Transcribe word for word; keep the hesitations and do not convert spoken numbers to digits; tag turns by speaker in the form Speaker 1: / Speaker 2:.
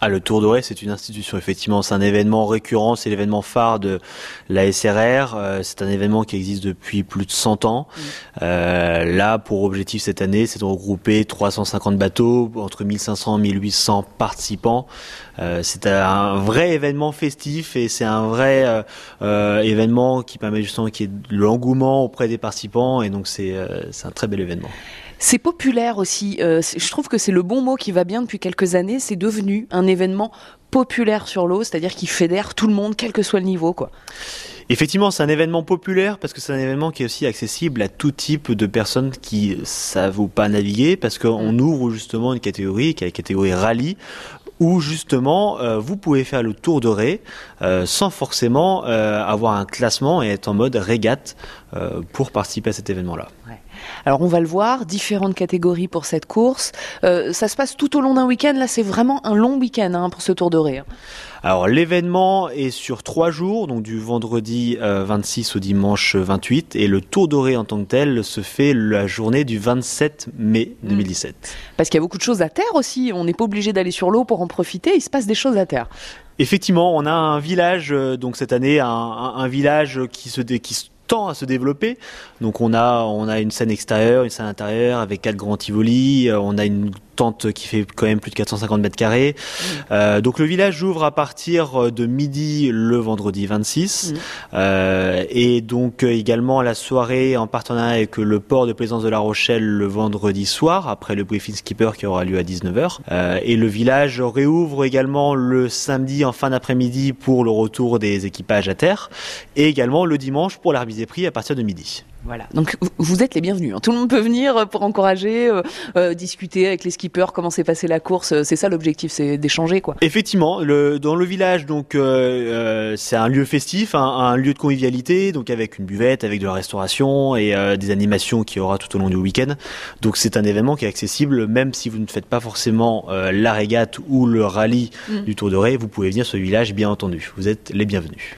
Speaker 1: Ah, le Tour Doré, c'est une institution, effectivement. C'est un événement récurrent, c'est l'événement phare de la S R R. Euh, c'est un événement qui existe depuis plus de cent ans. Mmh. Euh, là, pour objectif cette année, c'est de regrouper trois cent cinquante bateaux, entre mille cinq cents et mille huit cents participants. Euh, c'est un vrai événement festif et c'est un vrai euh, euh, événement qui permet justement qu'il y ait de l'engouement auprès des participants. Et donc, c'est, euh, c'est un très bel événement.
Speaker 2: C'est populaire aussi. Euh, je trouve que c'est le bon mot qui va bien depuis quelques années. C'est devenu un événement populaire sur l'eau, c'est-à-dire qui fédère tout le monde, quel que soit le niveau, quoi.
Speaker 1: Effectivement, c'est un événement populaire parce que c'est un événement qui est aussi accessible à tout type de personnes qui savent ou pas naviguer, parce qu'on mmh. ouvre justement une catégorie qui est la catégorie rallye, où justement euh, vous pouvez faire le Tour Doré euh, sans forcément euh, avoir un classement et être en mode régate euh, pour participer à cet événement-là.
Speaker 2: Ouais. Alors on va le voir, différentes catégories pour cette course. Euh, ça se passe tout au long d'un week-end. Là, c'est vraiment un long week-end hein, pour ce Tour Doré.
Speaker 1: Alors l'événement est sur trois jours, donc du vendredi euh, vingt-six au dimanche vingt-huit, et le Tour Doré en tant que tel se fait la journée du vingt-sept mai deux mille dix-sept. Mmh.
Speaker 2: Parce qu'il y a beaucoup de choses à terre aussi, on n'est pas obligé d'aller sur l'eau pour en profiter, il se passe des choses à terre.
Speaker 1: Effectivement, on a un village, euh, donc cette année, un, un, un village qui se, dé, qui se tend à se développer. Donc on a, on a une scène extérieure, une scène intérieure avec quatre grands tivolis, on a une tente qui fait quand même plus de quatre cent cinquante mètres carrés. Mmh. Euh, donc le village ouvre à partir de midi le vendredi vingt-six. Mmh. Euh, et donc également la soirée en partenariat avec le port de plaisance de La Rochelle le vendredi soir, après le briefing skipper qui aura lieu à dix-neuf heures. Euh, et le village réouvre également le samedi en fin d'après-midi pour le retour des équipages à terre. Et également le dimanche pour la remise des prix à partir de midi.
Speaker 2: Voilà, donc vous êtes les bienvenus. Hein. Tout le monde peut venir pour encourager, euh, euh, discuter avec les skippers, comment s'est passée la course. C'est ça l'objectif, c'est d'échanger, quoi.
Speaker 1: Effectivement, le, dans le village, donc euh, euh, c'est un lieu festif, un, un lieu de convivialité, donc avec une buvette, avec de la restauration et euh, des animations qu'il y aura tout au long du week-end. Donc c'est un événement qui est accessible, même si vous ne faites pas forcément euh, la régate ou le rallye mmh. du Tour Doré, vous pouvez venir sur le village, bien entendu. Vous êtes les bienvenus.